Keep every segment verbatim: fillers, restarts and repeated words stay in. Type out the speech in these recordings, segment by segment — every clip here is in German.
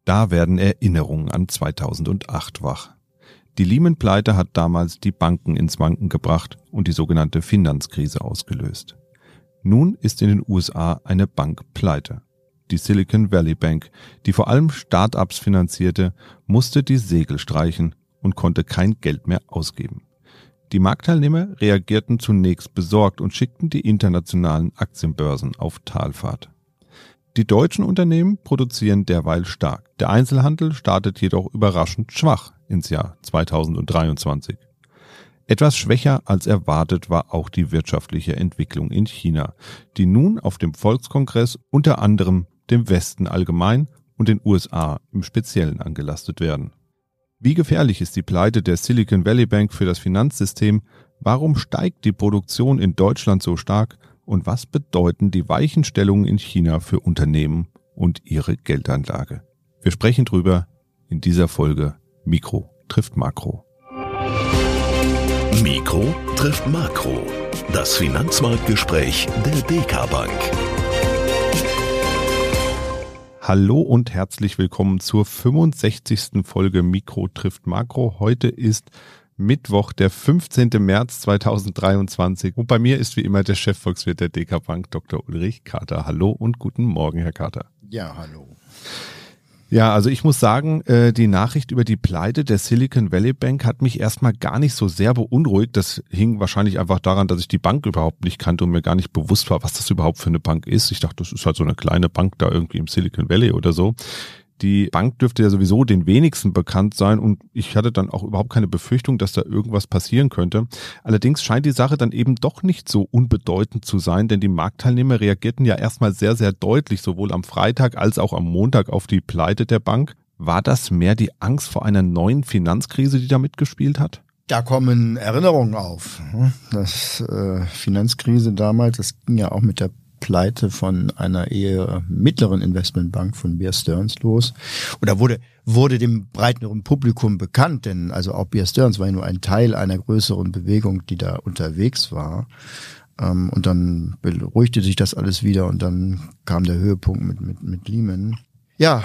Da werden Erinnerungen an zweitausendacht wach. Die Lehman-Pleite hat damals die Banken ins Wanken gebracht und die sogenannte Finanzkrise ausgelöst. Nun ist in den U S A eine Bank pleite. Die Silicon Valley Bank, die vor allem Start-ups finanzierte, musste die Segel streichen und konnte kein Geld mehr ausgeben. Die Marktteilnehmer reagierten zunächst besorgt und schickten die internationalen Aktienbörsen auf Talfahrt. Die deutschen Unternehmen produzieren derweil stark. Der Einzelhandel startet jedoch überraschend schwach ins Jahr zweitausenddreiundzwanzig. Etwas schwächer als erwartet war auch die wirtschaftliche Entwicklung in China, die nun auf dem Volkskongress unter anderem dem Westen allgemein und den U S A im Speziellen angelastet werden. Wie gefährlich ist die Pleite der Silicon Valley Bank für das Finanzsystem? Warum steigt die Produktion in Deutschland so stark? Und was bedeuten die Weichenstellungen in China für Unternehmen und ihre Geldanlage? Wir sprechen drüber in dieser Folge Mikro trifft Makro. Mikro trifft Makro. Das Finanzmarktgespräch der D K Bank. Hallo und herzlich willkommen zur fünfundsechzigsten Folge Mikro trifft Makro. Heute ist Mittwoch, der fünfzehnten März zweitausenddreiundzwanzig. Und bei mir ist wie immer der Chefvolkswirt der D K Bank, Doktor Ulrich Kater. Hallo und guten Morgen, Herr Kater. Ja, hallo. Ja, also ich muss sagen, die Nachricht über die Pleite der Silicon Valley Bank hat mich erstmal gar nicht so sehr beunruhigt. Das hing wahrscheinlich einfach daran, dass ich die Bank überhaupt nicht kannte und mir gar nicht bewusst war, was das überhaupt für eine Bank ist. Ich dachte, das ist halt so eine kleine Bank da irgendwie im Silicon Valley oder so. Die Bank dürfte ja sowieso den wenigsten bekannt sein und ich hatte dann auch überhaupt keine Befürchtung, dass da irgendwas passieren könnte. Allerdings scheint die Sache dann eben doch nicht so unbedeutend zu sein, denn die Marktteilnehmer reagierten ja erstmal sehr, sehr deutlich, sowohl am Freitag als auch am Montag auf die Pleite der Bank. War das mehr die Angst vor einer neuen Finanzkrise, die da mitgespielt hat? Da kommen Erinnerungen auf. Das äh, Finanzkrise damals, das ging ja auch mit der Pleite von einer eher mittleren Investmentbank von Bear Stearns los. Oder wurde, wurde dem breiteren Publikum bekannt, denn also auch Bear Stearns war ja nur ein Teil einer größeren Bewegung, die da unterwegs war. Ähm, und dann beruhigte sich das alles wieder und dann kam der Höhepunkt mit, mit, mit Lehman. Ja,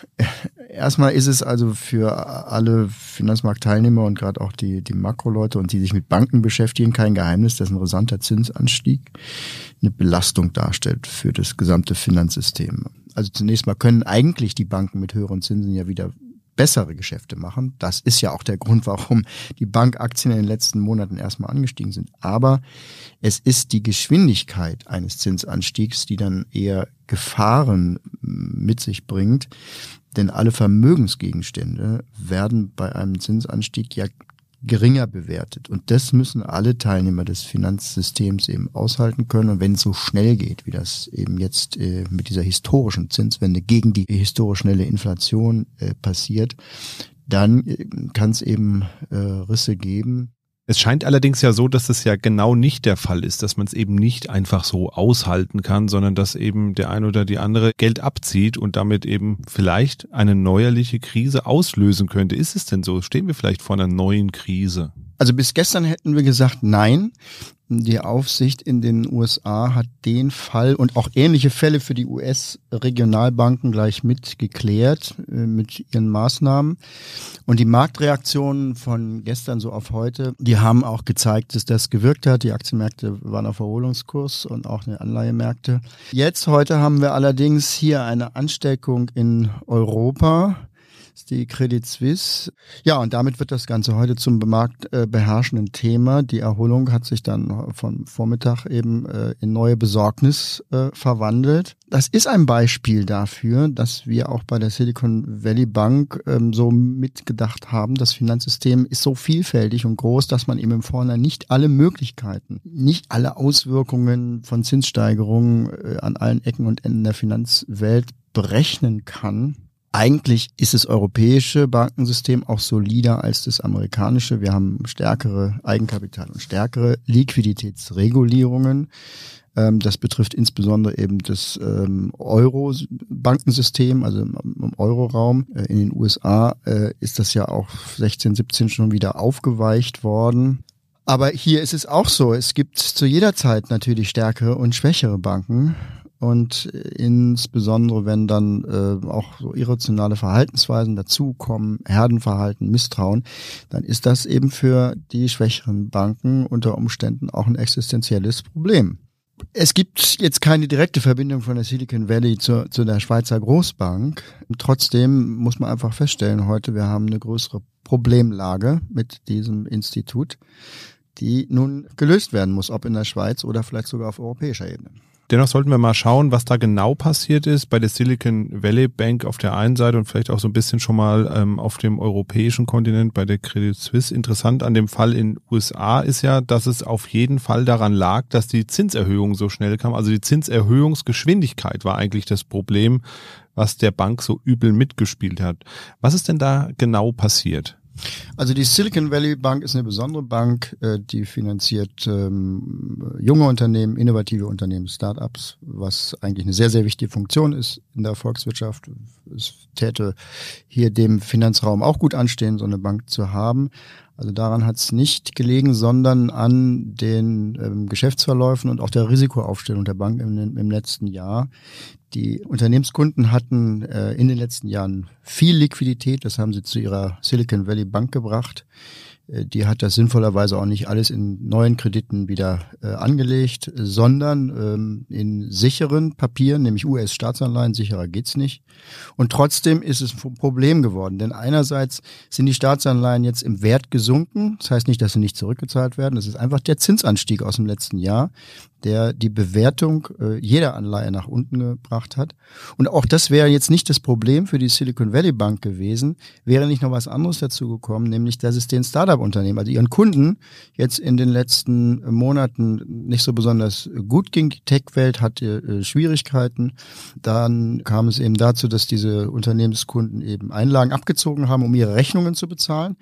erstmal ist es also für alle Finanzmarktteilnehmer und gerade auch die, die Makroleute und die sich mit Banken beschäftigen, kein Geheimnis, dass ein rasanter Zinsanstieg eine Belastung darstellt für das gesamte Finanzsystem. Also zunächst mal können eigentlich die Banken mit höheren Zinsen ja wieder bessere Geschäfte machen. Das ist ja auch der Grund, warum die Bankaktien in den letzten Monaten erstmal angestiegen sind. Aber es ist die Geschwindigkeit eines Zinsanstiegs, die dann eher Gefahren mit sich bringt. Denn alle Vermögensgegenstände werden bei einem Zinsanstieg ja geringer bewertet. Und das müssen alle Teilnehmer des Finanzsystems eben aushalten können. Und wenn es so schnell geht, wie das eben jetzt äh, mit dieser historischen Zinswende gegen die historisch schnelle Inflation äh, passiert, dann äh, kann es eben äh, Risse geben. Es scheint allerdings ja so, dass es ja genau nicht der Fall ist, dass man es eben nicht einfach so aushalten kann, sondern dass eben der eine oder die andere Geld abzieht und damit eben vielleicht eine neuerliche Krise auslösen könnte. Ist es denn so? Stehen wir vielleicht vor einer neuen Krise? Also bis gestern hätten wir gesagt, nein. Die Aufsicht in den U S A hat den Fall und auch ähnliche Fälle für die U S-Regionalbanken gleich mit geklärt äh, mit ihren Maßnahmen. Und die Marktreaktionen von gestern so auf heute, die haben auch gezeigt, dass das gewirkt hat. Die Aktienmärkte waren auf Erholungskurs und auch die Anleihemärkte. Jetzt, heute haben wir allerdings hier eine Ansteckung in Europa. Die Credit Suisse. Ja, und damit wird das Ganze heute zum bemarkt, äh, beherrschenden Thema. Die Erholung hat sich dann vom Vormittag eben äh, in neue Besorgnis äh, verwandelt. Das ist ein Beispiel dafür, dass wir auch bei der Silicon Valley Bank ähm, so mitgedacht haben, das Finanzsystem ist so vielfältig und groß, dass man eben im Vorhinein nicht alle Möglichkeiten, nicht alle Auswirkungen von Zinssteigerungen äh, an allen Ecken und Enden der Finanzwelt berechnen kann. Eigentlich ist das europäische Bankensystem auch solider als das amerikanische. Wir haben stärkere Eigenkapital und stärkere Liquiditätsregulierungen. Das betrifft insbesondere eben das Euro-Bankensystem, also im Euroraum. In den U S A ist das ja auch sechzehn, siebzehn schon wieder aufgeweicht worden. Aber hier ist es auch so, es gibt zu jeder Zeit natürlich stärkere und schwächere Banken. und insbesondere wenn dann äh, auch so irrationale Verhaltensweisen dazukommen, Herdenverhalten, Misstrauen, dann ist das eben für die schwächeren Banken unter Umständen auch ein existenzielles Problem. Es gibt jetzt keine direkte Verbindung von der Silicon Valley zu, zu der Schweizer Großbank. Trotzdem muss man einfach feststellen heute, wir haben eine größere Problemlage mit diesem Institut, die nun gelöst werden muss, ob in der Schweiz oder vielleicht sogar auf europäischer Ebene. Dennoch sollten wir mal schauen, was da genau passiert ist bei der Silicon Valley Bank auf der einen Seite und vielleicht auch so ein bisschen schon mal ähm, auf dem europäischen Kontinent bei der Credit Suisse. Interessant an dem Fall in den U S A ist ja, dass es auf jeden Fall daran lag, dass die Zinserhöhung so schnell kam. Also die Zinserhöhungsgeschwindigkeit war eigentlich das Problem, was der Bank so übel mitgespielt hat. Was ist denn da genau passiert? Also die Silicon Valley Bank ist eine besondere Bank, die finanziert ähm, junge Unternehmen, innovative Unternehmen, Start-ups, was eigentlich eine sehr, sehr wichtige Funktion ist in der Volkswirtschaft. Es täte hier dem Finanzraum auch gut anstehen, so eine Bank zu haben. Also daran hat es nicht gelegen, sondern an den ähm, Geschäftsverläufen und auch der Risikoaufstellung der Bank im, im letzten Jahr. Die Unternehmenskunden hatten äh, in den letzten Jahren viel Liquidität, das haben sie zu ihrer Silicon Valley Bank gebracht. Äh, die hat das sinnvollerweise auch nicht alles in neuen Krediten wieder äh, angelegt, sondern ähm, in sicheren Papieren, nämlich U S-Staatsanleihen, sicherer geht's nicht. Und trotzdem ist es ein Problem geworden, denn einerseits sind die Staatsanleihen jetzt im Wert gesunken, das heißt nicht, dass sie nicht zurückgezahlt werden, das ist einfach der Zinsanstieg aus dem letzten Jahr, der die Bewertung äh, jeder Anleihe nach unten gebracht hat. Und auch das wäre jetzt nicht das Problem für die Silicon Valley Bank gewesen, wäre nicht noch was anderes dazu gekommen, nämlich dass es den Startup-Unternehmen, also ihren Kunden, jetzt in den letzten Monaten nicht so besonders gut ging. Die Tech-Welt hatte äh, Schwierigkeiten. Dann kam es eben dazu, dass diese Unternehmenskunden eben Einlagen abgezogen haben, um ihre Rechnungen zu bezahlen.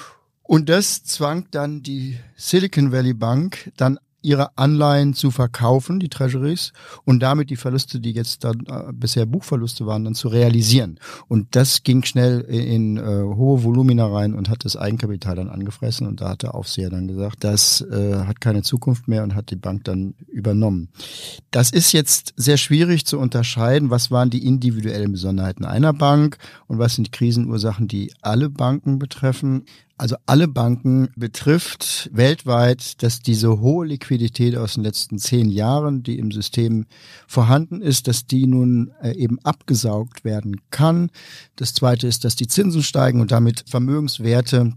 Und das zwang dann die Silicon Valley Bank dann ihre Anleihen zu verkaufen, die Treasuries, und damit die Verluste, die jetzt dann äh, bisher Buchverluste waren, dann zu realisieren. Und das ging schnell in, in äh, hohe Volumina rein und hat das Eigenkapital dann angefressen. Und da hat der Aufseher dann gesagt, das äh, hat keine Zukunft mehr und hat die Bank dann übernommen. Das ist jetzt sehr schwierig zu unterscheiden, was waren die individuellen Besonderheiten einer Bank und was sind die Krisenursachen, die alle Banken betreffen. Also alle Banken betrifft weltweit, dass diese hohe Liquidität aus den letzten zehn Jahren, die im System vorhanden ist, dass die nun äh, eben abgesaugt werden kann. Das Zweite ist, dass die Zinsen steigen und damit Vermögenswerte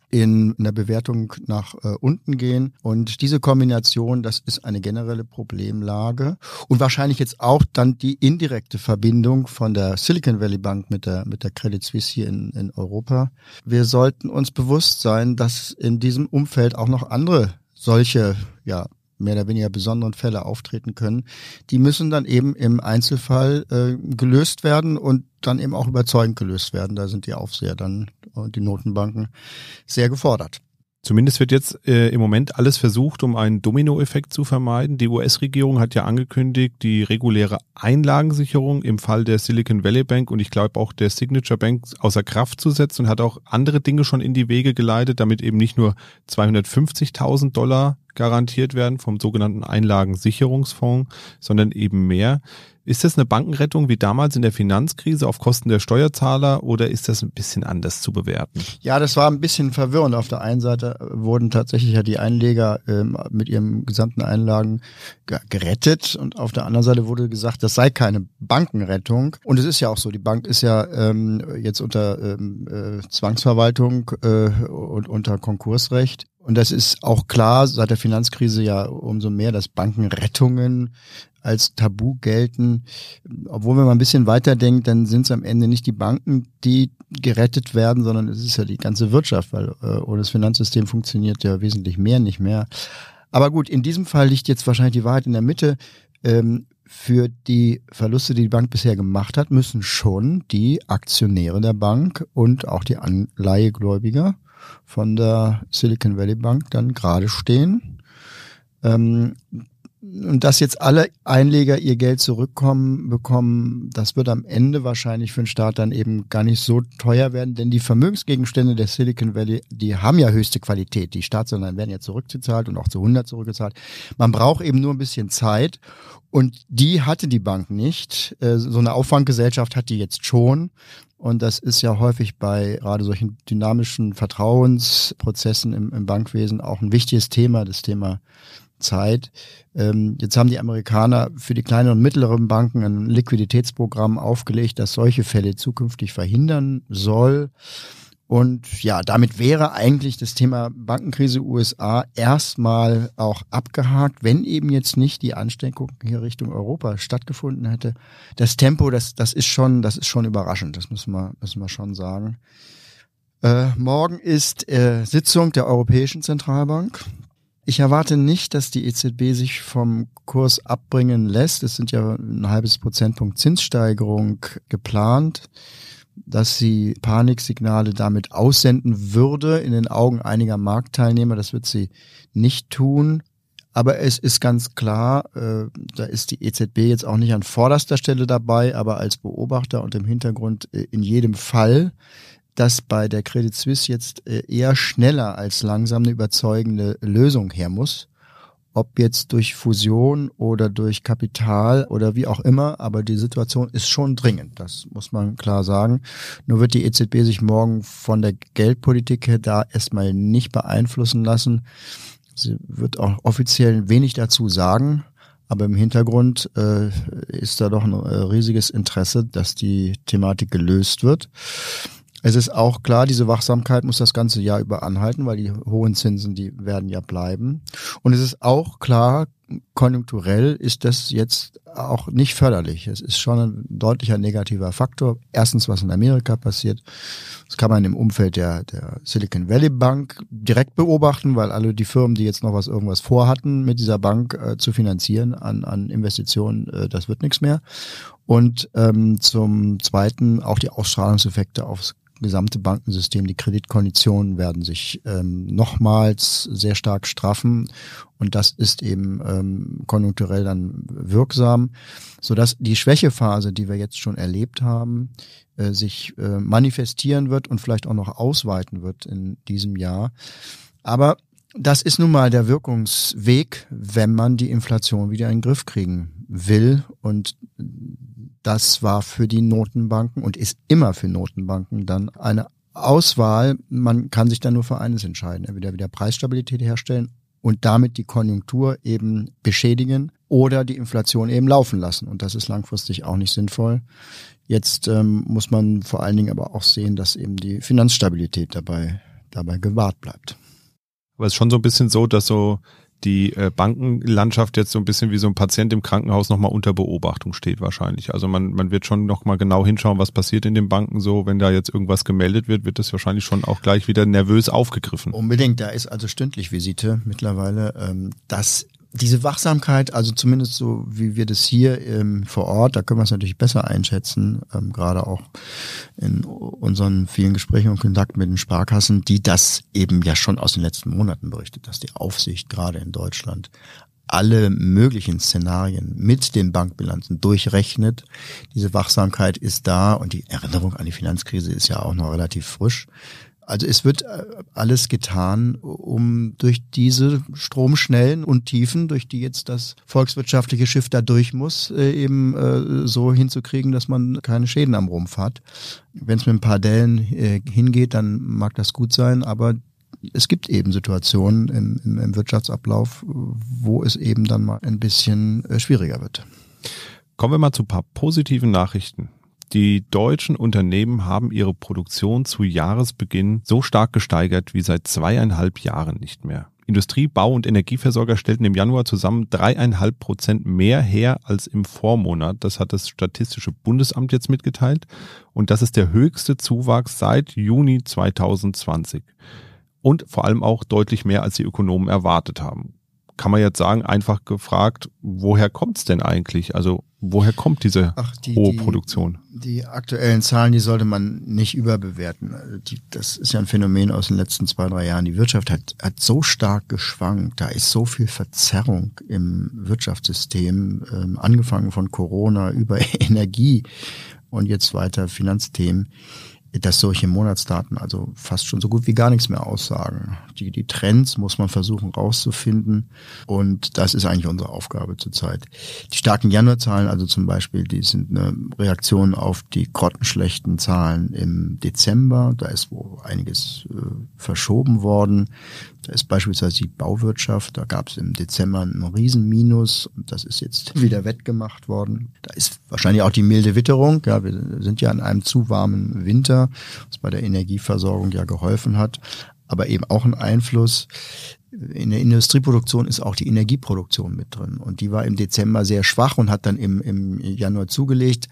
in der Bewertung nach äh, unten gehen. Und diese Kombination, das ist eine generelle Problemlage und wahrscheinlich jetzt auch dann die indirekte Verbindung von der Silicon Valley Bank mit der mit der Credit Suisse hier in, in Europa. Wir sollten uns bewusst sein, dass in diesem Umfeld auch noch andere solche, ja, mehr oder weniger besonderen Fälle auftreten können. Die müssen dann eben im Einzelfall äh, gelöst werden und dann eben auch überzeugend gelöst werden. Da sind die Aufseher dann und die Notenbanken sehr gefordert. Zumindest wird jetzt äh, im Moment alles versucht, um einen Dominoeffekt zu vermeiden. Die U S-Regierung hat ja angekündigt, die reguläre Einlagensicherung im Fall der Silicon Valley Bank und ich glaube auch der Signature Bank außer Kraft zu setzen und hat auch andere Dinge schon in die Wege geleitet, damit eben nicht nur zweihundertfünfzigtausend Dollar garantiert werden vom sogenannten Einlagensicherungsfonds, sondern eben mehr. Ist das eine Bankenrettung wie damals in der Finanzkrise auf Kosten der Steuerzahler oder ist das ein bisschen anders zu bewerten? Ja, das war ein bisschen verwirrend. Auf der einen Seite wurden tatsächlich ja die Einleger ähm, mit ihren gesamten Einlagen g- gerettet und auf der anderen Seite wurde gesagt, das sei keine Bankenrettung. Und es ist ja auch so, die Bank ist ja ähm, jetzt unter ähm, äh, Zwangsverwaltung äh, und unter Konkursrecht. Und das ist auch klar, seit der Finanzkrise ja umso mehr, dass Bankenrettungen als Tabu gelten. Obwohl, wenn man ein bisschen weiterdenkt, dann sind es am Ende nicht die Banken, die gerettet werden, sondern es ist ja die ganze Wirtschaft, weil äh, ohne das Finanzsystem funktioniert ja wesentlich mehr nicht mehr. Aber gut, in diesem Fall liegt jetzt wahrscheinlich die Wahrheit in der Mitte. Ähm, für die Verluste, die die Bank bisher gemacht hat, müssen schon die Aktionäre der Bank und auch die Anleihegläubiger von der Silicon Valley Bank dann gerade stehen. Ähm, Und dass jetzt alle Einleger ihr Geld zurückkommen bekommen, das wird am Ende wahrscheinlich für den Staat dann eben gar nicht so teuer werden, denn die Vermögensgegenstände der Silicon Valley, die haben ja höchste Qualität. Die Staatsanleihen werden ja zurückgezahlt und auch zu hundert zurückgezahlt. Man braucht eben nur ein bisschen Zeit und die hatte die Bank nicht. So eine Auffanggesellschaft hat die jetzt schon. Und das ist ja häufig bei gerade solchen dynamischen Vertrauensprozessen im, im Bankwesen auch ein wichtiges Thema, das Thema Zeit. Ähm, jetzt haben die Amerikaner für die kleinen und mittleren Banken ein Liquiditätsprogramm aufgelegt, das solche Fälle zukünftig verhindern soll. Und ja, damit wäre eigentlich das Thema Bankenkrise U S A erstmal auch abgehakt, wenn eben jetzt nicht die Ansteckung hier Richtung Europa stattgefunden hätte. Das Tempo, das, das ist schon, das ist schon überraschend. Das müssen wir, müssen wir schon sagen. Äh, morgen ist äh, Sitzung der Europäischen Zentralbank. Ich erwarte nicht, dass die E Z B sich vom Kurs abbringen lässt. Es sind ja ein halbes Prozentpunkt Zinssteigerung geplant, dass sie Paniksignale damit aussenden würde in den Augen einiger Marktteilnehmer. Das wird sie nicht tun. Aber es ist ganz klar, äh, da ist die E Z B jetzt auch nicht an vorderster Stelle dabei, aber als Beobachter und im Hintergrund äh, in jedem Fall, dass bei der Credit Suisse jetzt eher schneller als langsam eine überzeugende Lösung her muss. Ob jetzt durch Fusion oder durch Kapital oder wie auch immer, aber die Situation ist schon dringend, das muss man klar sagen. Nur wird die E Z B sich morgen von der Geldpolitik her da erstmal nicht beeinflussen lassen. Sie wird auch offiziell wenig dazu sagen, aber im Hintergrund äh, ist da doch ein äh, riesiges Interesse, dass die Thematik gelöst wird. Es ist auch klar, diese Wachsamkeit muss das ganze Jahr über anhalten, weil die hohen Zinsen, die werden ja bleiben. Und es ist auch klar, konjunkturell ist das jetzt auch nicht förderlich. Es ist schon ein deutlicher negativer Faktor. Erstens, was in Amerika passiert. Das kann man im Umfeld der, der Silicon Valley Bank direkt beobachten, weil alle die Firmen, die jetzt noch was irgendwas vorhatten, mit dieser Bank äh, zu finanzieren an, an Investitionen, äh, das wird nichts mehr. Und ähm, zum Zweiten auch die Ausstrahlungseffekte aufs gesamte Bankensystem, die Kreditkonditionen werden sich ähm, nochmals sehr stark straffen und das ist eben ähm, konjunkturell dann wirksam, sodass die Schwächephase, die wir jetzt schon erlebt haben, äh, sich äh, manifestieren wird und vielleicht auch noch ausweiten wird in diesem Jahr. Aber das ist nun mal der Wirkungsweg, wenn man die Inflation wieder in den Griff kriegen will und das war für die Notenbanken und ist immer für Notenbanken dann eine Auswahl. Man kann sich dann nur für eines entscheiden. Entweder wieder Preisstabilität herstellen und damit die Konjunktur eben beschädigen oder die Inflation eben laufen lassen. Und das ist langfristig auch nicht sinnvoll. Jetzt ähm, muss man vor allen Dingen aber auch sehen, dass eben die Finanzstabilität dabei, dabei gewahrt bleibt. Aber es ist schon so ein bisschen so, dass so die äh, Bankenlandschaft jetzt so ein bisschen wie so ein Patient im Krankenhaus nochmal unter Beobachtung steht wahrscheinlich. Also man man wird schon nochmal genau hinschauen, was passiert in den Banken so. Wenn da jetzt irgendwas gemeldet wird, wird das wahrscheinlich schon auch gleich wieder nervös aufgegriffen. Unbedingt, da ist also stündlich Visite mittlerweile. Ähm, das Diese Wachsamkeit, also zumindest so wie wir das hier ähm, vor Ort, da können wir es natürlich besser einschätzen, ähm, gerade auch in unseren vielen Gesprächen und Kontakten mit den Sparkassen, die das eben ja schon aus den letzten Monaten berichtet, dass die Aufsicht gerade in Deutschland alle möglichen Szenarien mit den Bankbilanzen durchrechnet. Diese Wachsamkeit ist da und die Erinnerung an die Finanzkrise ist ja auch noch relativ frisch. Also es wird alles getan, um durch diese Stromschnellen und Tiefen, durch die jetzt das volkswirtschaftliche Schiff da durch muss, eben äh, so hinzukriegen, dass man keine Schäden am Rumpf hat. Wenn es mit ein paar Dellen äh, hingeht, dann mag das gut sein, aber es gibt eben Situationen im, im, im Wirtschaftsablauf, wo es eben dann mal ein bisschen äh, schwieriger wird. Kommen wir mal zu ein paar positiven Nachrichten. Die deutschen Unternehmen haben ihre Produktion zu Jahresbeginn so stark gesteigert wie seit zweieinhalb Jahren nicht mehr. Industrie-, Bau- und Energieversorger stellten im Januar zusammen dreieinhalb Prozent mehr her als im Vormonat. Das hat das Statistische Bundesamt jetzt mitgeteilt. Und das ist der höchste Zuwachs seit Juni zweitausendzwanzig. Und vor allem auch deutlich mehr, als die Ökonomen erwartet haben. kann man jetzt sagen, einfach gefragt, woher kommt's denn eigentlich? Also woher kommt diese Ach, die, hohe die, Produktion? Die aktuellen Zahlen, die sollte man nicht überbewerten. Die, das ist ja ein Phänomen aus den letzten zwei, drei Jahren. Die Wirtschaft hat, hat so stark geschwankt. Da ist so viel Verzerrung im Wirtschaftssystem, ähm, angefangen von Corona über Energie und jetzt weiter Finanzthemen, dass solche Monatsdaten also fast schon so gut wie gar nichts mehr aussagen. Die, die Trends muss man versuchen rauszufinden und das ist eigentlich unsere Aufgabe zurzeit. Die starken Januarzahlen, also zum Beispiel, die sind eine Reaktion auf die grottenschlechten Zahlen im Dezember. Da ist wo einiges äh, verschoben worden. Da ist beispielsweise die Bauwirtschaft, da gab es im Dezember einen Riesenminus und das ist jetzt wieder wettgemacht worden. Da ist wahrscheinlich auch die milde Witterung. Ja, wir sind ja in einem zu warmen Winter, was bei der Energieversorgung ja geholfen hat, aber eben auch ein Einfluss. In der Industrieproduktion ist auch die Energieproduktion mit drin und die war im Dezember sehr schwach und hat dann im, im Januar zugelegt.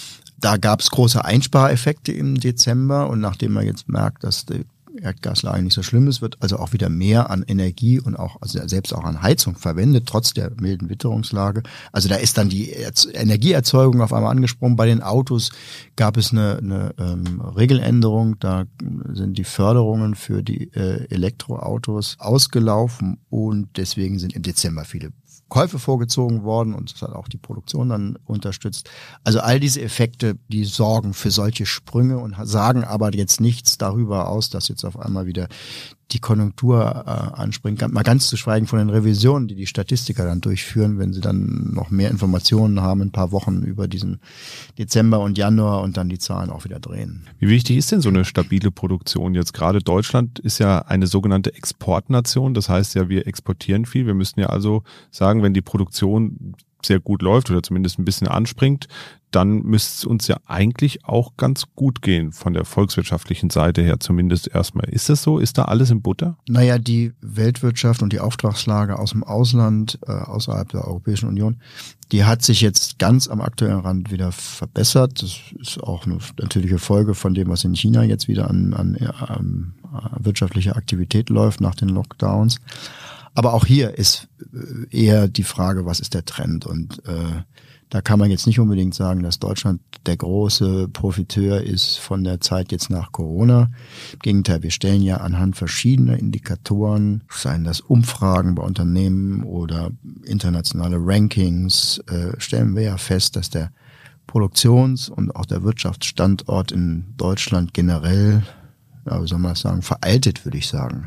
Da gab es große Einspareffekte im Dezember und nachdem man jetzt merkt, dass die Erdgaslage nicht so schlimm ist, wird also auch wieder mehr an Energie und auch also selbst auch an Heizung verwendet, trotz der milden Witterungslage. Also da ist dann die Energieerzeugung auf einmal angesprungen. Bei den Autos gab es eine, eine ähm, Regeländerung. Da sind die Förderungen für die äh, Elektroautos ausgelaufen und deswegen sind im Dezember viele Käufe vorgezogen worden und das hat auch die Produktion dann unterstützt. Also all diese Effekte, die sorgen für solche Sprünge und sagen aber jetzt nichts darüber aus, dass jetzt auf einmal wieder die Konjunktur äh, anspringt. Mal ganz zu schweigen von den Revisionen, die die Statistiker dann durchführen, wenn sie dann noch mehr Informationen haben, ein paar Wochen über diesen Dezember und Januar und dann die Zahlen auch wieder drehen. Wie wichtig ist denn so eine stabile Produktion jetzt? Gerade Deutschland ist ja eine sogenannte Exportnation. Das heißt ja, wir exportieren viel. Wir müssen ja also sagen, wenn die Produktion sehr gut läuft oder zumindest ein bisschen anspringt, dann müsste es uns ja eigentlich auch ganz gut gehen von der volkswirtschaftlichen Seite her zumindest erstmal. Ist das so? Ist da alles in Butter? Naja, die Weltwirtschaft und die Auftragslage aus dem Ausland, äh, außerhalb der Europäischen Union, die hat sich jetzt ganz am aktuellen Rand wieder verbessert. Das ist auch eine natürliche Folge von dem, was in China jetzt wieder an, an, an wirtschaftlicher Aktivität läuft nach den Lockdowns. Aber auch hier ist eher die Frage, was ist der Trend? Und äh, da kann man jetzt nicht unbedingt sagen, dass Deutschland der große Profiteur ist von der Zeit jetzt nach Corona. Im Gegenteil, wir stellen ja anhand verschiedener Indikatoren, seien das Umfragen bei Unternehmen oder internationale Rankings, äh, stellen wir ja fest, dass der Produktions- und auch der Wirtschaftsstandort in Deutschland generell, ja, wie soll man das sagen, veraltet, würde ich sagen.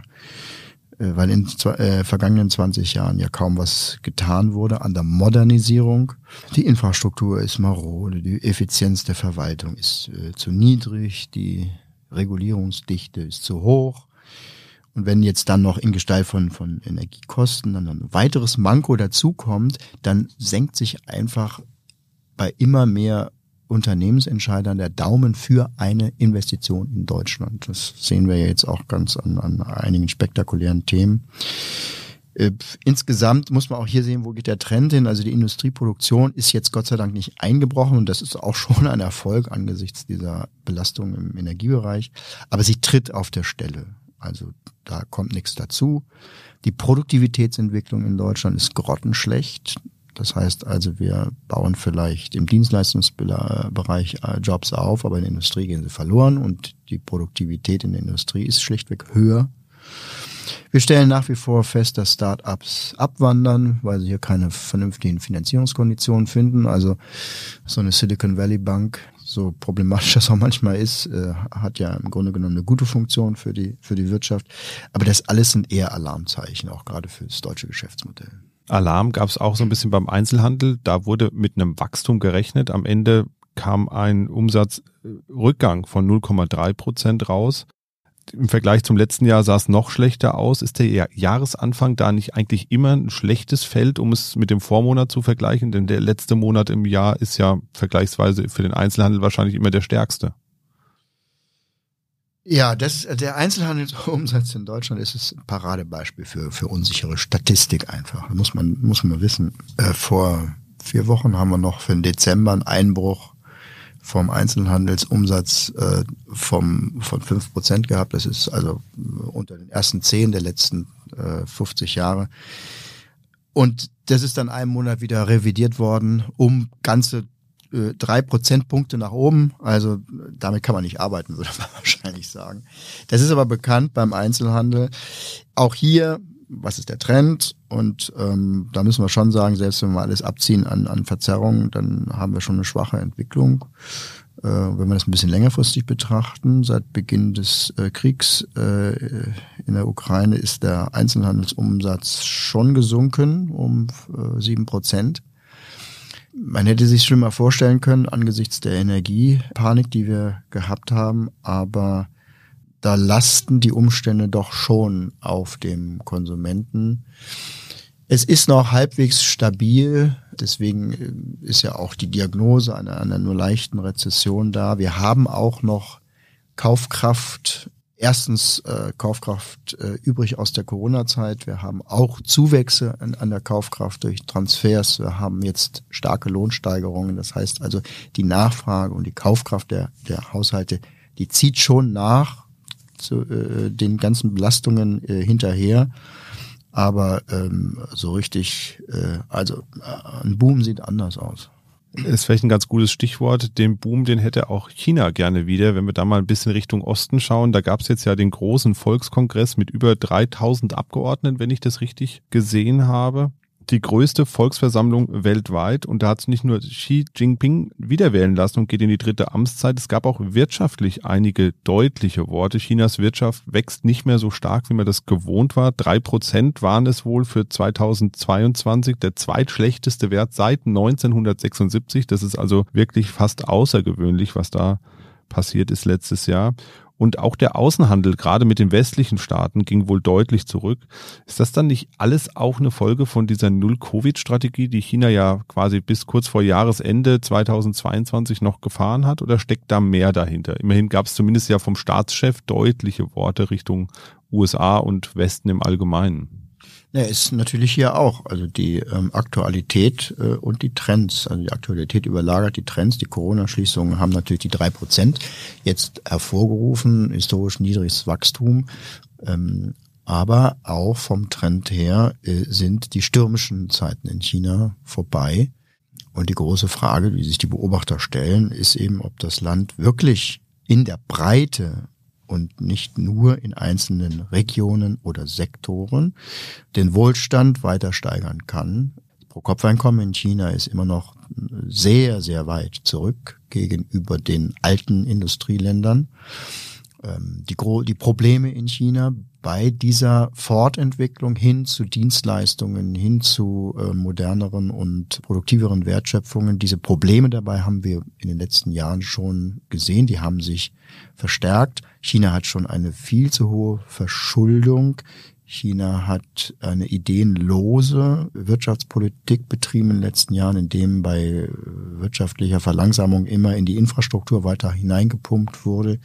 Weil in äh, vergangenen zwanzig Jahren ja kaum was getan wurde an der Modernisierung. Die Infrastruktur ist marode, die Effizienz der Verwaltung ist äh, zu niedrig, die Regulierungsdichte ist zu hoch. Und wenn jetzt dann noch in Gestalt von, von Energiekosten dann ein weiteres Manko dazukommt, dann senkt sich einfach bei immer mehr Unternehmensentscheidern der Daumen für eine Investition in Deutschland. Das sehen wir ja jetzt auch ganz an, an einigen spektakulären Themen. Äh, insgesamt muss man auch hier sehen, wo geht der Trend hin. Also die Industrieproduktion ist jetzt Gott sei Dank nicht eingebrochen und das ist auch schon ein Erfolg angesichts dieser Belastung im Energiebereich. Aber sie tritt auf der Stelle. Also da kommt nichts dazu. Die Produktivitätsentwicklung in Deutschland ist grottenschlecht. Das heißt also, wir bauen vielleicht im Dienstleistungsbereich Jobs auf, aber in der Industrie gehen sie verloren und die Produktivität in der Industrie ist schlichtweg höher. Wir stellen nach wie vor fest, dass Start-ups abwandern, weil sie hier keine vernünftigen Finanzierungskonditionen finden. Also so eine Silicon Valley Bank, so problematisch das auch manchmal ist, äh, hat ja im Grunde genommen eine gute Funktion für die, für die Wirtschaft. Aber das alles sind eher Alarmzeichen, auch gerade für das deutsche Geschäftsmodell. Alarm gab es auch so ein bisschen beim Einzelhandel. Da wurde mit einem Wachstum gerechnet. Am Ende kam ein Umsatzrückgang von null Komma drei Prozent raus. Im Vergleich zum letzten Jahr sah es noch schlechter aus. Ist der Jahresanfang da nicht eigentlich immer ein schlechtes Feld, um es mit dem Vormonat zu vergleichen? Denn der letzte Monat im Jahr ist ja vergleichsweise für den Einzelhandel wahrscheinlich immer der stärkste. Ja, das, der Einzelhandelsumsatz in Deutschland ist ein Paradebeispiel für, für unsichere Statistik einfach. Muss man, muss man wissen. Äh, vor vier Wochen haben wir noch für den Dezember einen Einbruch vom Einzelhandelsumsatz äh, vom, von fünf Prozent gehabt. Das ist also unter den ersten zehn der letzten äh, fünfzig Jahre. Und das ist dann einen Monat wieder revidiert worden, um ganze äh, drei Prozentpunkte nach oben. Also damit kann man nicht arbeiten, würde man wahrscheinlich sagen. Das ist aber bekannt beim Einzelhandel. Auch hier, was ist der Trend? Und ähm, da müssen wir schon sagen, selbst wenn wir alles abziehen an, an Verzerrungen, dann haben wir schon eine schwache Entwicklung. Äh, wenn wir das ein bisschen längerfristig betrachten, seit Beginn des äh, Kriegs äh, in der Ukraine ist der Einzelhandelsumsatz schon gesunken um äh, sieben Prozent. Man hätte sich schon mal vorstellen können angesichts der Energiepanik, die wir gehabt haben, aber da lasten die Umstände doch schon auf dem Konsumenten. Es ist noch halbwegs stabil, deswegen ist ja auch die Diagnose einer, einer nur leichten Rezession da. Wir haben auch noch Kaufkraft, erstens äh, Kaufkraft äh, übrig aus der Corona-Zeit. Wir haben auch Zuwächse an, an der Kaufkraft durch Transfers. Wir haben jetzt starke Lohnsteigerungen. Das heißt also, die Nachfrage und die Kaufkraft der, der Haushalte, die zieht schon nach zu äh, den ganzen Belastungen äh, hinterher. Aber ähm, so richtig, äh, also äh, ein Boom sieht anders aus. Ist vielleicht ein ganz gutes Stichwort. Den Boom, den hätte auch China gerne wieder. Wenn wir da mal ein bisschen Richtung Osten schauen, da gab es jetzt ja den großen Volkskongress mit über dreitausend Abgeordneten, wenn ich das richtig gesehen habe. Die größte Volksversammlung weltweit, und da hat es nicht nur Xi Jinping wiederwählen lassen und geht in die dritte Amtszeit. Es gab auch wirtschaftlich einige deutliche Worte. Chinas Wirtschaft wächst nicht mehr so stark, wie man das gewohnt war. Drei Prozent waren es wohl für zweitausendzweiundzwanzig, der zweitschlechteste Wert seit neunzehnhundertsechsundsiebzig. Das ist also wirklich fast außergewöhnlich, was da passiert ist letztes Jahr. Und auch der Außenhandel, gerade mit den westlichen Staaten, ging wohl deutlich zurück. Ist das dann nicht alles auch eine Folge von dieser Null-Covid-Strategie, die China ja quasi bis kurz vor Jahresende zweitausendzweiundzwanzig noch gefahren hat? Oder steckt da mehr dahinter? Immerhin gab es zumindest ja vom Staatschef deutliche Worte Richtung U S A und Westen im Allgemeinen. Ja, ist natürlich hier auch. Also die ähm, Aktualität äh, und die Trends. Also die Aktualität überlagert die Trends. Die Corona-Schließungen haben natürlich die drei Prozent jetzt hervorgerufen, historisch niedriges Wachstum. Ähm, aber auch vom Trend her äh, sind die stürmischen Zeiten in China vorbei. Und die große Frage, die sich die Beobachter stellen, ist eben, ob das Land wirklich in der Breite und nicht nur in einzelnen Regionen oder Sektoren den Wohlstand weiter steigern kann. Das Pro-Kopf-Einkommen in China ist immer noch sehr, sehr weit zurück gegenüber den alten Industrieländern. Die, die Probleme in China bei dieser Fortentwicklung hin zu Dienstleistungen, hin zu äh, moderneren und produktiveren Wertschöpfungen, diese Probleme dabei haben wir in den letzten Jahren schon gesehen, die haben sich verstärkt. China hat schon eine viel zu hohe Verschuldung. China hat eine ideenlose Wirtschaftspolitik betrieben in den letzten Jahren, indem bei wirtschaftlicher Verlangsamung immer in die Infrastruktur weiter hineingepumpt wurde.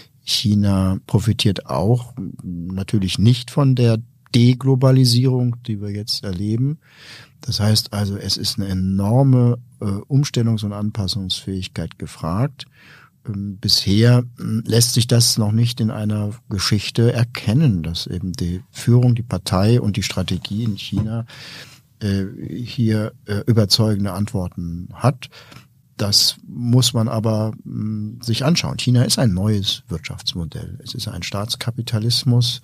China profitiert auch natürlich nicht von der Deglobalisierung, die wir jetzt erleben. Das heißt also, es ist eine enorme äh, Umstellungs- und Anpassungsfähigkeit gefragt. Ähm, bisher äh, lässt sich das noch nicht in einer Geschichte erkennen, dass eben die Führung, die Partei und die Strategie in China äh, hier äh, überzeugende Antworten hat. Das muss man aber mh, sich anschauen. China ist ein neues Wirtschaftsmodell. Es ist ein Staatskapitalismus,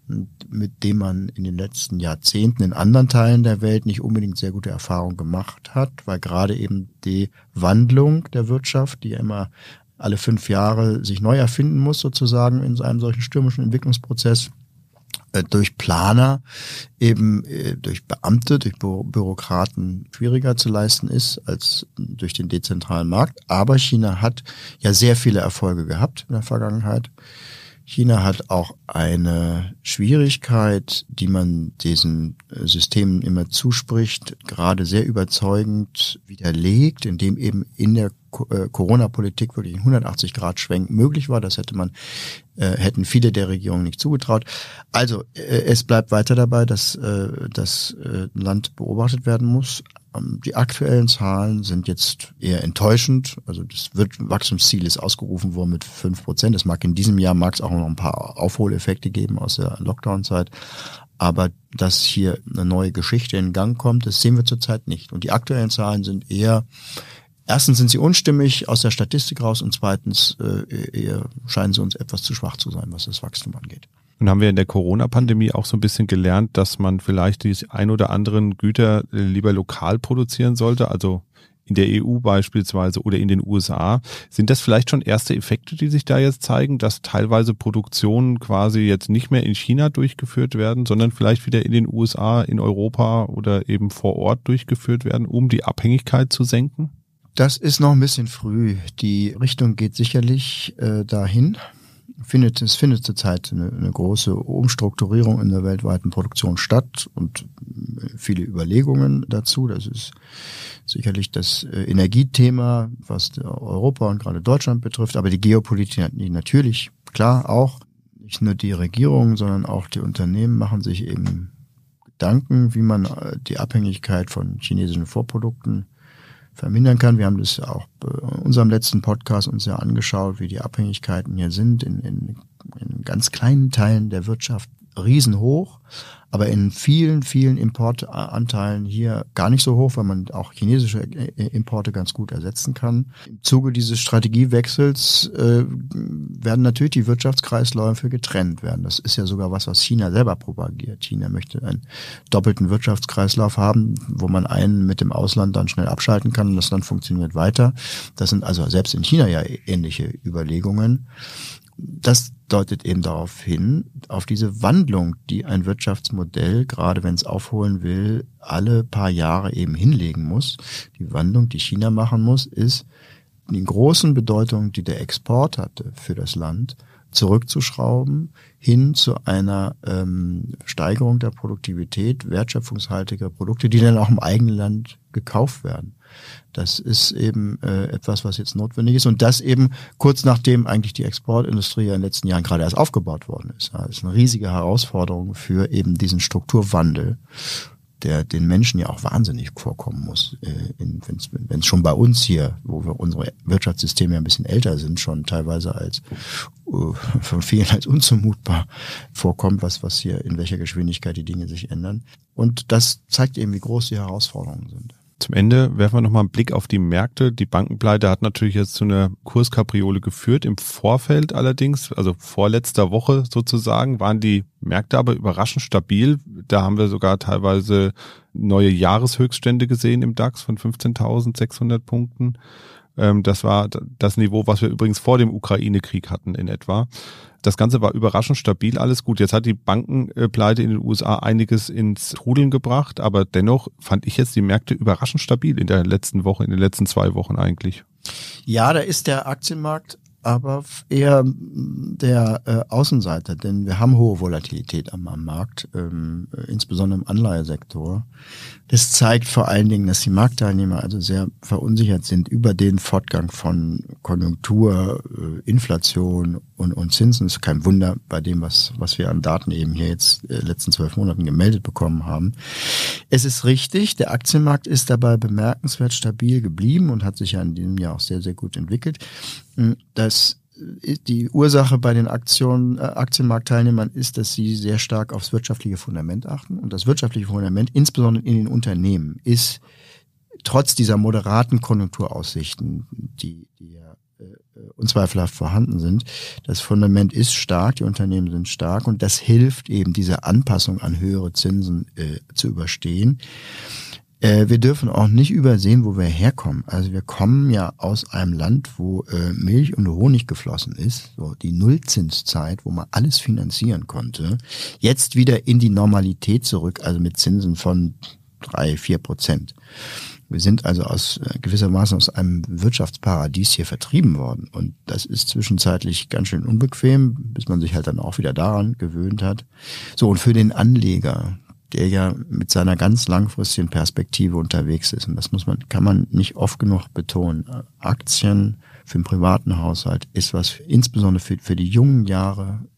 mit dem man in den letzten Jahrzehnten in anderen Teilen der Welt nicht unbedingt sehr gute Erfahrungen gemacht hat, weil gerade eben die Wandlung der Wirtschaft, die ja immer alle fünf Jahre sich neu erfinden muss, sozusagen in so einem solchen stürmischen Entwicklungsprozess, durch Planer, eben durch Beamte, durch Bü- Bürokraten schwieriger zu leisten ist als durch den dezentralen Markt. Aber China hat ja sehr viele Erfolge gehabt in der Vergangenheit. China hat auch eine Schwierigkeit, die man diesen Systemen immer zuspricht, gerade sehr überzeugend widerlegt, indem eben in der Corona-Politik wirklich ein hundertachtzig Grad Schwenk möglich war. Das hätte man, äh, hätten viele der Regierungen nicht zugetraut. Also äh, es bleibt weiter dabei, dass äh, das äh, Land beobachtet werden muss. Ähm, die aktuellen Zahlen sind jetzt eher enttäuschend. Also das Wachstumsziel ist ausgerufen worden mit fünf Prozent. Es mag in diesem Jahr mag es auch noch ein paar Aufholeffekte geben aus der Lockdown-Zeit. Aber dass hier eine neue Geschichte in Gang kommt, das sehen wir zurzeit nicht. Und die aktuellen Zahlen sind eher, erstens sind sie unstimmig aus der Statistik raus und zweitens äh, eher scheinen sie uns etwas zu schwach zu sein, was das Wachstum angeht. Und haben wir in der Corona-Pandemie auch so ein bisschen gelernt, dass man vielleicht die ein oder anderen Güter lieber lokal produzieren sollte, also in der E U beispielsweise oder in den U S A. Sind das vielleicht schon erste Effekte, die sich da jetzt zeigen, dass teilweise Produktionen quasi jetzt nicht mehr in China durchgeführt werden, sondern vielleicht wieder in den U S A, in Europa oder eben vor Ort durchgeführt werden, um die Abhängigkeit zu senken? Das ist noch ein bisschen früh. Die Richtung geht sicherlich äh, dahin. Findet, es findet zurzeit eine, eine große Umstrukturierung in der weltweiten Produktion statt und viele Überlegungen dazu. Das ist sicherlich das Energiethema, was Europa und gerade Deutschland betrifft, aber die Geopolitik natürlich, klar auch. Nicht nur die Regierungen, sondern auch die Unternehmen machen sich eben Gedanken, wie man die Abhängigkeit von chinesischen Vorprodukten vermindern kann. Wir haben das auch in unserem letzten Podcast uns ja angeschaut, wie die Abhängigkeiten hier sind, in, in, in ganz kleinen Teilen der Wirtschaft riesenhoch, aber in vielen, vielen Importanteilen hier gar nicht so hoch, weil man auch chinesische Importe ganz gut ersetzen kann. Im Zuge dieses Strategiewechsels äh, werden natürlich die Wirtschaftskreisläufe getrennt werden. Das ist ja sogar was, was China selber propagiert. China möchte einen doppelten Wirtschaftskreislauf haben, wo man einen mit dem Ausland dann schnell abschalten kann und das Land funktioniert weiter. Das sind also selbst in China ja ähnliche Überlegungen. Das deutet eben darauf hin, auf diese Wandlung, die ein Wirtschaftsmodell, gerade wenn es aufholen will, alle paar Jahre eben hinlegen muss. Die Wandlung, die China machen muss, ist die großen Bedeutung, die der Export hatte für das Land, zurückzuschrauben, hin zu einer ähm, Steigerung der Produktivität, wertschöpfungshaltiger Produkte, die dann auch im eigenen Land gekauft werden. Das ist eben äh, etwas, was jetzt notwendig ist und das eben kurz nachdem eigentlich die Exportindustrie ja in den letzten Jahren gerade erst aufgebaut worden ist. Das ist eine riesige Herausforderung für eben diesen Strukturwandel, der den Menschen ja auch wahnsinnig vorkommen muss. Wenn es schon bei uns hier, wo wir unsere Wirtschaftssysteme ja ein bisschen älter sind, schon teilweise als uh, von vielen als unzumutbar vorkommt, was was hier in welcher Geschwindigkeit die Dinge sich ändern. Und das zeigt eben, wie groß die Herausforderungen sind. Zum Ende werfen wir nochmal einen Blick auf die Märkte. Die Bankenpleite hat natürlich jetzt zu einer Kurskapriole geführt. Im Vorfeld allerdings, also vor letzter Woche sozusagen, waren die Märkte aber überraschend stabil. Da haben wir sogar teilweise neue Jahreshöchststände gesehen im DAX von fünfzehntausendsechshundert Punkten. Das war das Niveau, was wir übrigens vor dem Ukraine-Krieg hatten in etwa. Das Ganze war überraschend stabil, alles gut. Jetzt hat die Bankenpleite in den U S A einiges ins Trudeln gebracht, aber dennoch fand ich jetzt die Märkte überraschend stabil in der letzten Woche, in den letzten zwei Wochen eigentlich. Ja, da ist der Aktienmarkt aber eher der äh, Außenseiter, denn wir haben hohe Volatilität am, am Markt, ähm, insbesondere im Anleihesektor. Das zeigt vor allen Dingen, dass die Marktteilnehmer also sehr verunsichert sind über den Fortgang von Konjunktur, äh, Inflation und, und Zinsen. Das ist kein Wunder bei dem, was, was wir an Daten eben hier jetzt äh, letzten zwölf Monaten gemeldet bekommen haben. Es ist richtig, der Aktienmarkt ist dabei bemerkenswert stabil geblieben und hat sich ja in diesem Jahr auch sehr, sehr gut entwickelt. Das die Ursache bei den Aktionen, äh, Aktienmarktteilnehmern ist, dass sie sehr stark aufs wirtschaftliche Fundament achten. Und das wirtschaftliche Fundament, insbesondere in den Unternehmen, ist trotz dieser moderaten Konjunkturaussichten, die, die ja äh, unzweifelhaft vorhanden sind, das Fundament ist stark, die Unternehmen sind stark und das hilft eben, diese Anpassung an höhere Zinsen äh, zu überstehen. Äh, wir dürfen auch nicht übersehen, wo wir herkommen. Also wir kommen ja aus einem Land, wo äh, Milch und Honig geflossen ist, so die Nullzinszeit, wo man alles finanzieren konnte. Jetzt wieder in die Normalität zurück, also mit Zinsen von drei, vier Prozent. Wir sind also aus äh, gewissermaßen aus einem Wirtschaftsparadies hier vertrieben worden. Und das ist zwischenzeitlich ganz schön unbequem, bis man sich halt dann auch wieder daran gewöhnt hat. So, und für den Anleger, der ja mit seiner ganz langfristigen Perspektive unterwegs ist. Und das muss man, kann man nicht oft genug betonen. Aktien für den privaten Haushalt ist was, für, insbesondere für, für die jungen Jahre, äh,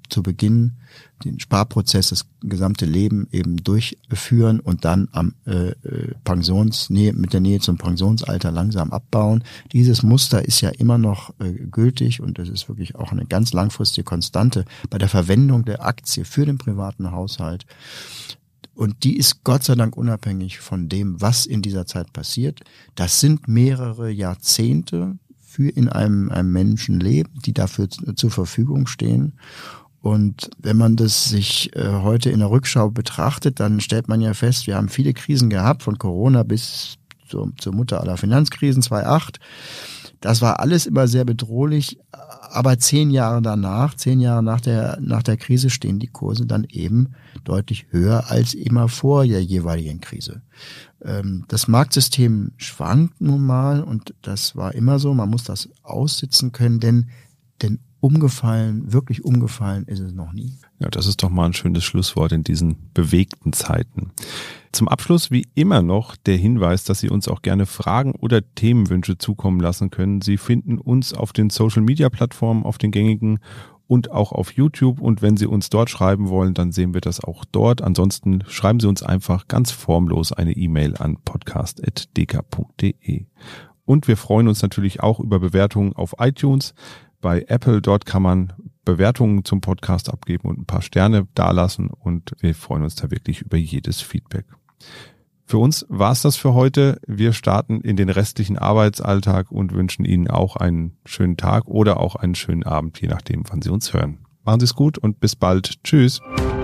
zu Beginn den Sparprozess, das gesamte Leben eben durchführen und dann am äh, Pensionsnähe, mit der Nähe zum Pensionsalter langsam abbauen. Dieses Muster ist ja immer noch äh, gültig und das ist wirklich auch eine ganz langfristige Konstante bei der Verwendung der Aktie für den privaten Haushalt. Und die ist Gott sei Dank unabhängig von dem, was in dieser Zeit passiert. Das sind mehrere Jahrzehnte für in einem, einem Menschenleben, die dafür zur Verfügung stehen. Und wenn man das sich äh, heute in der Rückschau betrachtet, dann stellt man ja fest, wir haben viele Krisen gehabt, von Corona bis zur, zur Mutter aller Finanzkrisen zweitausendacht. Das war alles immer sehr bedrohlich, aber zehn Jahre danach, zehn Jahre nach der, nach der Krise stehen die Kurse dann eben deutlich höher als immer vor der jeweiligen Krise. Ähm, das Marktsystem schwankt nun mal und das war immer so, man muss das aussitzen können, denn, denn umgefallen, wirklich umgefallen ist es noch nie. Ja, das ist doch mal ein schönes Schlusswort in diesen bewegten Zeiten. Zum Abschluss wie immer noch der Hinweis, dass Sie uns auch gerne Fragen oder Themenwünsche zukommen lassen können. Sie finden uns auf den Social-Media-Plattformen, auf den gängigen und auch auf YouTube. Und wenn Sie uns dort schreiben wollen, dann sehen wir das auch dort. Ansonsten schreiben Sie uns einfach ganz formlos eine E-Mail an podcast punkt d k punkt d e. Und wir freuen uns natürlich auch über Bewertungen auf iTunes. Bei Apple, dort kann man Bewertungen zum Podcast abgeben und ein paar Sterne dalassen und wir freuen uns da wirklich über jedes Feedback. Für uns war es das für heute. Wir starten in den restlichen Arbeitsalltag und wünschen Ihnen auch einen schönen Tag oder auch einen schönen Abend, je nachdem, wann Sie uns hören. Machen Sie es gut und bis bald. Tschüss.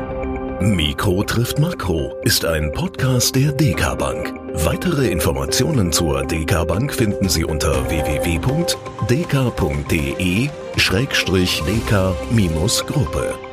Mikro trifft Makro ist ein Podcast der D K Bank. Weitere Informationen zur D K Bank finden Sie unter w w w punkt d k punkt d e schrägstrich d k Gruppe.